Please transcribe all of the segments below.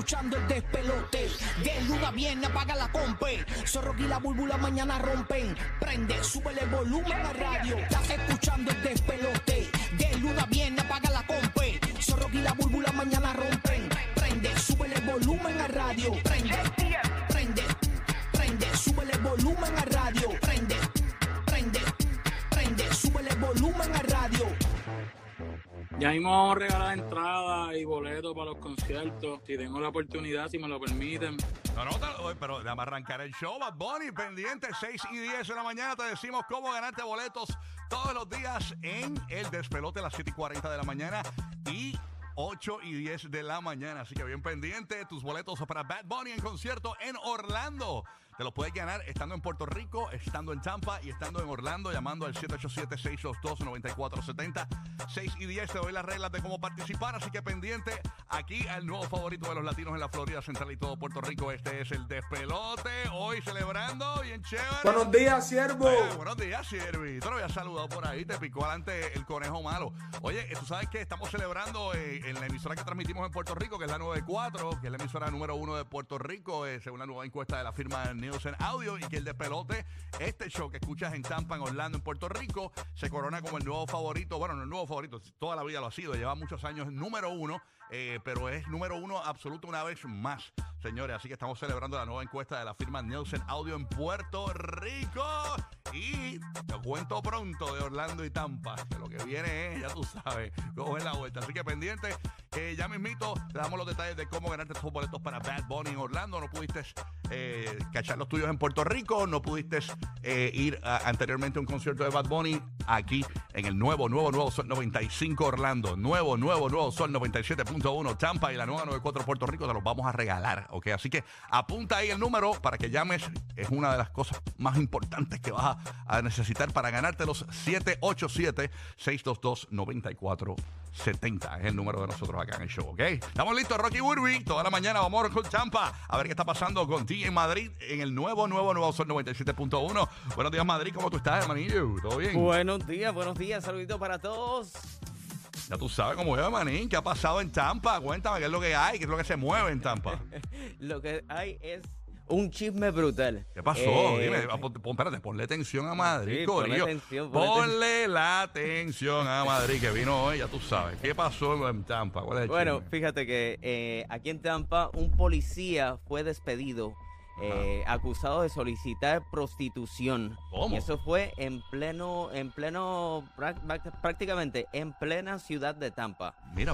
escuchando el despelote. De luna viene, apaga la compe. Zorro y la búlbula mañana rompen. Prende, súbele el volumen a radio. Estás escuchando el despelote. De luna viene, apaga la compe. Zorro y la búlbula mañana rompen. Prende, súbele el volumen a radio. Prende, prende, prende, súbele el volumen a radio. Prende, prende, prende, súbele el volumen a radio. Ya mismo vamos a regalar entradas y boletos para los conciertos, si tengo la oportunidad, si me lo permiten. Pero déjame arrancar el show. Bad Bunny, pendiente, 6 y 10 de la mañana. Te decimos cómo ganarte boletos todos los días en el despelote a las 7 y 40 de la mañana y 8 y 10 de la mañana. Así que bien pendiente, tus boletos para Bad Bunny en concierto en Orlando. Te los puedes ganar estando en Puerto Rico, estando en Tampa y estando en Orlando, llamando al 787-622-9470. 6 y 10 te doy las reglas de cómo participar, así que pendiente aquí al nuevo favorito de los latinos en la Florida Central y todo Puerto Rico. Este es el despelote, hoy celebrando, bien chévere. Buenos días, siervo. Buenos días, siervi. Te lo había saludado por ahí, te picó adelante el conejo malo. Oye, tú sabes que estamos celebrando en la emisora que transmitimos en Puerto Rico, que es la 94, que es la emisora número 1 de Puerto Rico, según la nueva encuesta de la firma Nielsen Audio, y que el despelote, este show que escuchas en Tampa, en Orlando, en Puerto Rico, se corona como el nuevo favorito. Bueno, no el nuevo favorito, toda la vida lo ha sido, lleva muchos años número 1, pero es número 1 absoluto una vez más, señores. Así que estamos celebrando la nueva encuesta de la firma Nielsen Audio en Puerto Rico. Y te cuento pronto de Orlando y Tampa, que lo que viene es, ya tú sabes, cómo es la vuelta. Así que pendiente, ya mismito te damos los detalles de cómo ganarte estos boletos para Bad Bunny en Orlando. No pudiste cachar los tuyos en Puerto Rico, no pudiste ir anteriormente a un concierto de Bad Bunny aquí en el nuevo Sol 95 Orlando, nuevo Sol 97.1 Tampa y la nueva 94 Puerto Rico. Te los vamos a regalar, ¿ok? Así que apunta ahí el número para que llames. Es una de las cosas más importantes que vas a necesitar para ganarte los 787-622-9470. Es el número de nosotros acá en el show, ¿ok? Estamos listos, Rocky Burby. Toda la mañana vamos con Tampa a ver qué está pasando con ti en Madrid en el nuevo Sol 97.1. Buenos días, Madrid. ¿Cómo tú estás, hermanillo? ¿Todo bien? Buenos días. Saluditos para todos. Ya tú sabes cómo es, manín. ¿Qué ha pasado en Tampa? Cuéntame qué es lo que hay, qué es lo que se mueve en Tampa. Lo que hay es un chisme brutal. ¿Qué pasó? Dime, espérate, ponle atención a Madrid, Sí, corillo. Ponle la atención a Madrid, que vino hoy, ya tú sabes. ¿Qué pasó en Tampa? ¿Cuál es el Bueno, chisme? fíjate que aquí en Tampa un policía fue despedido acusado de solicitar prostitución. ¿Cómo? Y eso fue prácticamente en plena ciudad de Tampa. Mira,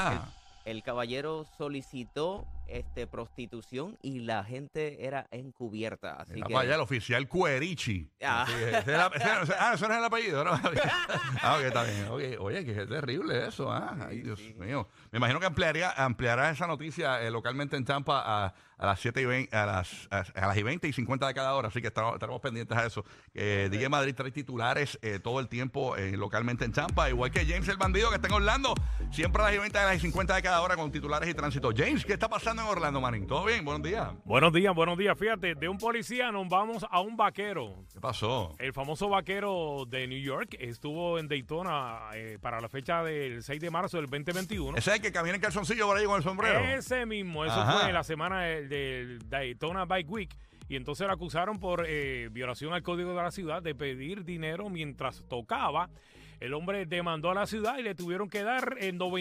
El caballero solicitó prostitución y la gente era encubierta. Así mira que para allá, el oficial Cuerichi. Ah. Sí, ese no es el apellido, ¿no? Ok, está bien. Okay. Oye, que es terrible eso. Ay, Dios mío. Me imagino que ampliará esa noticia localmente en Tampa a las 7 y 20, a las 20 y 50 de cada hora. Así que estaremos pendientes a eso. DJ Madrid trae titulares todo el tiempo localmente en Tampa. Igual que James el bandido que está en Orlando. Siempre a las 20 a las 50 de cada hora con titulares y tránsito. James, ¿qué está pasando en Orlando, manín? ¿Todo bien? Buenos días. Buenos días. Fíjate, de un policía nos vamos a un vaquero. ¿Qué pasó? El famoso vaquero de New York estuvo en Daytona para la fecha del 6 de marzo del 2021. ¿Ese es el que camina en calzoncillo por ahí con el sombrero? Ese mismo, eso Ajá. fue en la semana del Daytona Bike Week. Y entonces lo acusaron por violación al código de la ciudad de pedir dinero mientras tocaba. El hombre demandó a la ciudad y le tuvieron que dar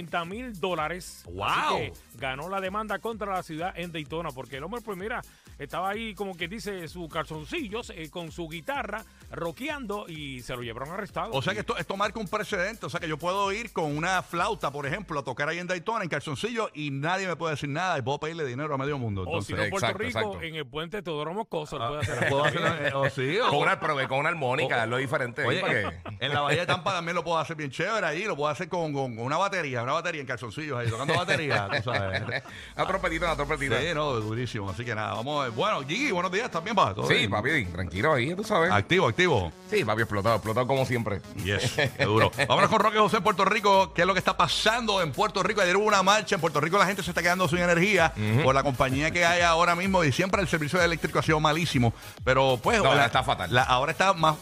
$90,000. ¡Wow! Así que ganó la demanda contra la ciudad en Daytona, porque el hombre, pues mira, estaba ahí como que dice sus calzoncillos con su guitarra rockeando y se lo llevaron arrestado. O sea que esto marca un precedente. O sea que yo puedo ir con una flauta, por ejemplo, a tocar ahí en Daytona en calzoncillo y nadie me puede decir nada y puedo pedirle dinero a medio mundo. O si no, en Puerto Rico, en el puente Teodoro Moscoso, lo puede hacer. ¿Puedo hacer Con una armónica, es lo diferente. Oye, ¿para qué? en la Bahía de Tampa también lo puedo hacer bien chévere allí, lo puedo hacer con una batería en calzoncillos ahí, tocando batería, tú sabes. Una trompetita. Sí, no, durísimo. Así que nada, vamos a ver. Bueno, Gigi, buenos días, ¿estás bien, pa? ¿Todo Sí, bien? papi, tranquilo ahí, tú sabes. Activo. Sí, papi, explotado como siempre. Yes, qué duro. Vámonos con Roque José en Puerto Rico. ¿Qué es lo que está pasando en Puerto Rico? Ayer hubo una marcha. En Puerto Rico la gente se está quedando sin energía por la compañía que hay ahora mismo. Y siempre el servicio eléctrico ha sido malísimo. Pero pues No, está fatal. Ahora está más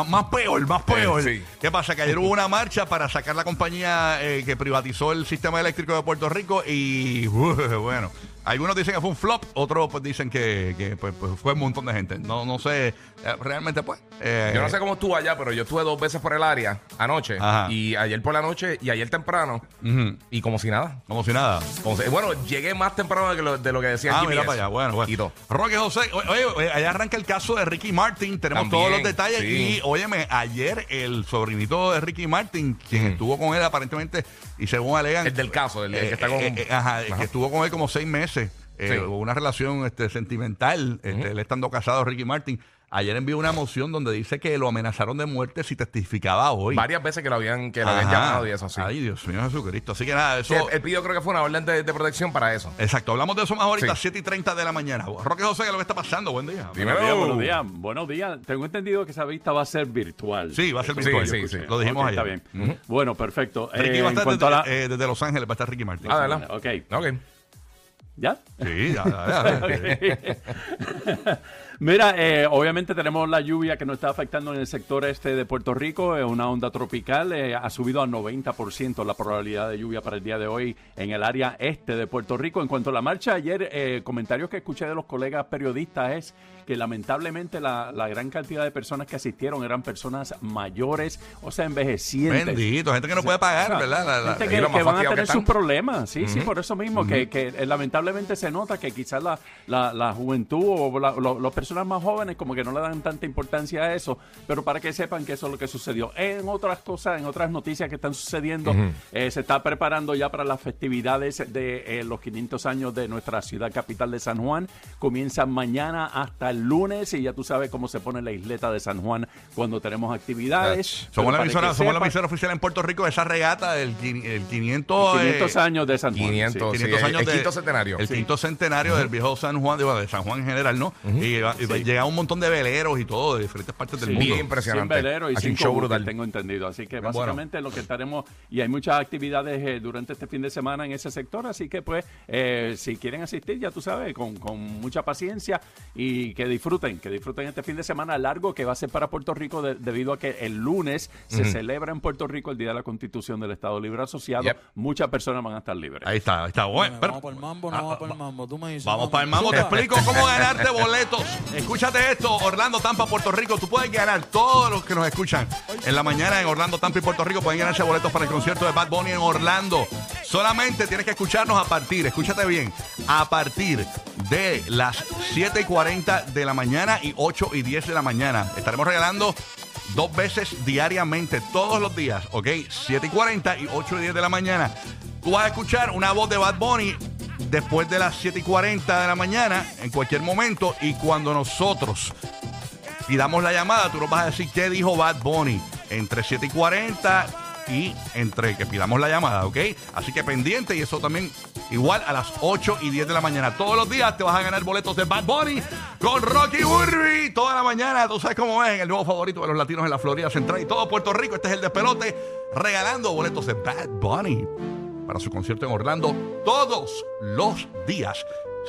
peor. Sí. ¿Qué pasa? Que ayer hubo una marcha para sacar la compañía que privatizó el sistema eléctrico de Puerto Rico. Y bueno, Algunos dicen que fue un flop, otros pues dicen que pues, fue un montón de gente. No sé, realmente pues. Yo no sé cómo estuvo allá, pero yo estuve 2 veces por el área anoche. Ajá. Y ayer por la noche y ayer temprano. Y como si nada. Como si nada. Bueno, llegué más temprano de lo que decía Ah, GPS. mira para allá, bueno. Y todo. Roque José, oye, allá arranca el caso de Ricky Martin. Tenemos También, todos los detalles. sí. Y, óyeme, ayer el sobrinito de Ricky Martin, quien estuvo con él aparentemente, y según alegan. El del caso, el que está con. El que estuvo con él como 6 meses. Sí. Hubo una relación sentimental, él estando casado, Ricky Martin. Ayer envió una moción donde dice que lo amenazaron de muerte si testificaba hoy. Varias veces que lo habían llamado y eso, sí. Ay, Dios mío, Jesucristo. Así que nada, eso. Sí, él pidió, creo que fue una orden de protección para eso. Exacto, hablamos de eso más ahorita, Sí. 7:30 de la mañana. Roque José, ¿qué es lo que está pasando? Buen día. Dímelo. Buenos días. Buenos días. Tengo entendido que esa vista va a ser virtual. Sí, va a ser Sí, virtual. sí. Lo dijimos Ok, ayer. está bien. Bueno, perfecto. Ricky va a En estar cuanto a la... desde Los Ángeles, va a estar Ricky Martin. Ah, ¿verdad? Ok. Ok. ¿Ya? Sí, ya. Mira, obviamente tenemos la lluvia que nos está afectando en el sector este de Puerto Rico, es una onda tropical, ha subido a 90% la probabilidad de lluvia para el día de hoy en el área este de Puerto Rico. En cuanto a la marcha ayer, comentarios que escuché de los colegas periodistas es que lamentablemente la gran cantidad de personas que asistieron eran personas mayores, o sea, envejecientes. Bendito, gente que no puede pagar, O sea, ¿verdad? gente y lo más que van a fastidiado tener que sus están. problemas, sí, por eso mismo, que lamentablemente se nota que quizás la juventud o las personas más jóvenes como que no le dan tanta importancia a eso, pero para que sepan que eso es lo que sucedió. En otras cosas, en otras noticias que están sucediendo, se está preparando ya para las festividades de los 500 años de nuestra ciudad capital de San Juan. Comienzan mañana hasta el lunes y ya tú sabes cómo se pone la isleta de San Juan cuando tenemos actividades. Somos la Pero para que emisora sepan, oficial en Puerto Rico de esa regata del 500... 500 años de San Juan. 500, sí. sí, 500 años el de- quinto centenario. El quinto centenario del viejo San Juan, de San Juan en general, ¿no? Y llega un montón de veleros y todo de diferentes partes del Sí, mundo. Bien 100 impresionante. veleros y Hace un 5 show buques, brutal. tengo entendido. Así que Bueno. básicamente lo que estaremos, y hay muchas actividades durante este fin de semana en ese sector, así que pues si quieren asistir, ya tú sabes, con mucha paciencia y que disfruten este fin de semana largo que va a ser para Puerto Rico debido a que el lunes se celebra en Puerto Rico el Día de la Constitución del Estado Libre Asociado. Yep. Muchas personas van a estar libres. Ahí está bueno. Vamos para el mambo, no vamos para el mambo. Tú me dices. Vamos para el mambo, te explico cómo ganarte boletos. Escúchate esto, Orlando, Tampa, Puerto Rico. Tú puedes ganar, todos los que nos escuchan en la mañana en Orlando, Tampa y Puerto Rico pueden ganarse boletos para el concierto de Bad Bunny en Orlando. Solamente tienes que escucharnos escúchate bien, a partir de las 7:40 de la mañana y 8:10 de la mañana. Estaremos regalando 2 veces diariamente, todos los días, ¿ok? 7:40 y 8:10 de la mañana. Tú vas a escuchar una voz de Bad Bunny después de las 7:40 de la mañana, en cualquier momento, y cuando nosotros pidamos la llamada, tú nos vas a decir qué dijo Bad Bunny entre 7:40 y entre que pidamos la llamada, ¿ok? Así que pendiente, y eso también igual a las 8:10 de la mañana. Todos los días te vas a ganar boletos de Bad Bunny con Rocky Burby. Toda la mañana, tú sabes cómo es, en el nuevo favorito de los latinos en la Florida Central y todo Puerto Rico. Este es el despelote, regalando boletos de Bad Bunny para su concierto en Orlando todos los días,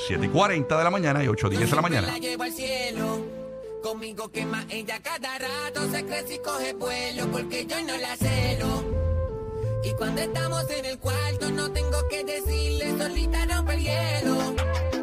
7:40 de la mañana y 8:10 de la mañana. La llevo al cielo. Conmigo quema ella cada rato, se crece y coge vuelo porque yo no la celo. Y cuando estamos en el cuarto no tengo que decirle, solita rompe el hielo.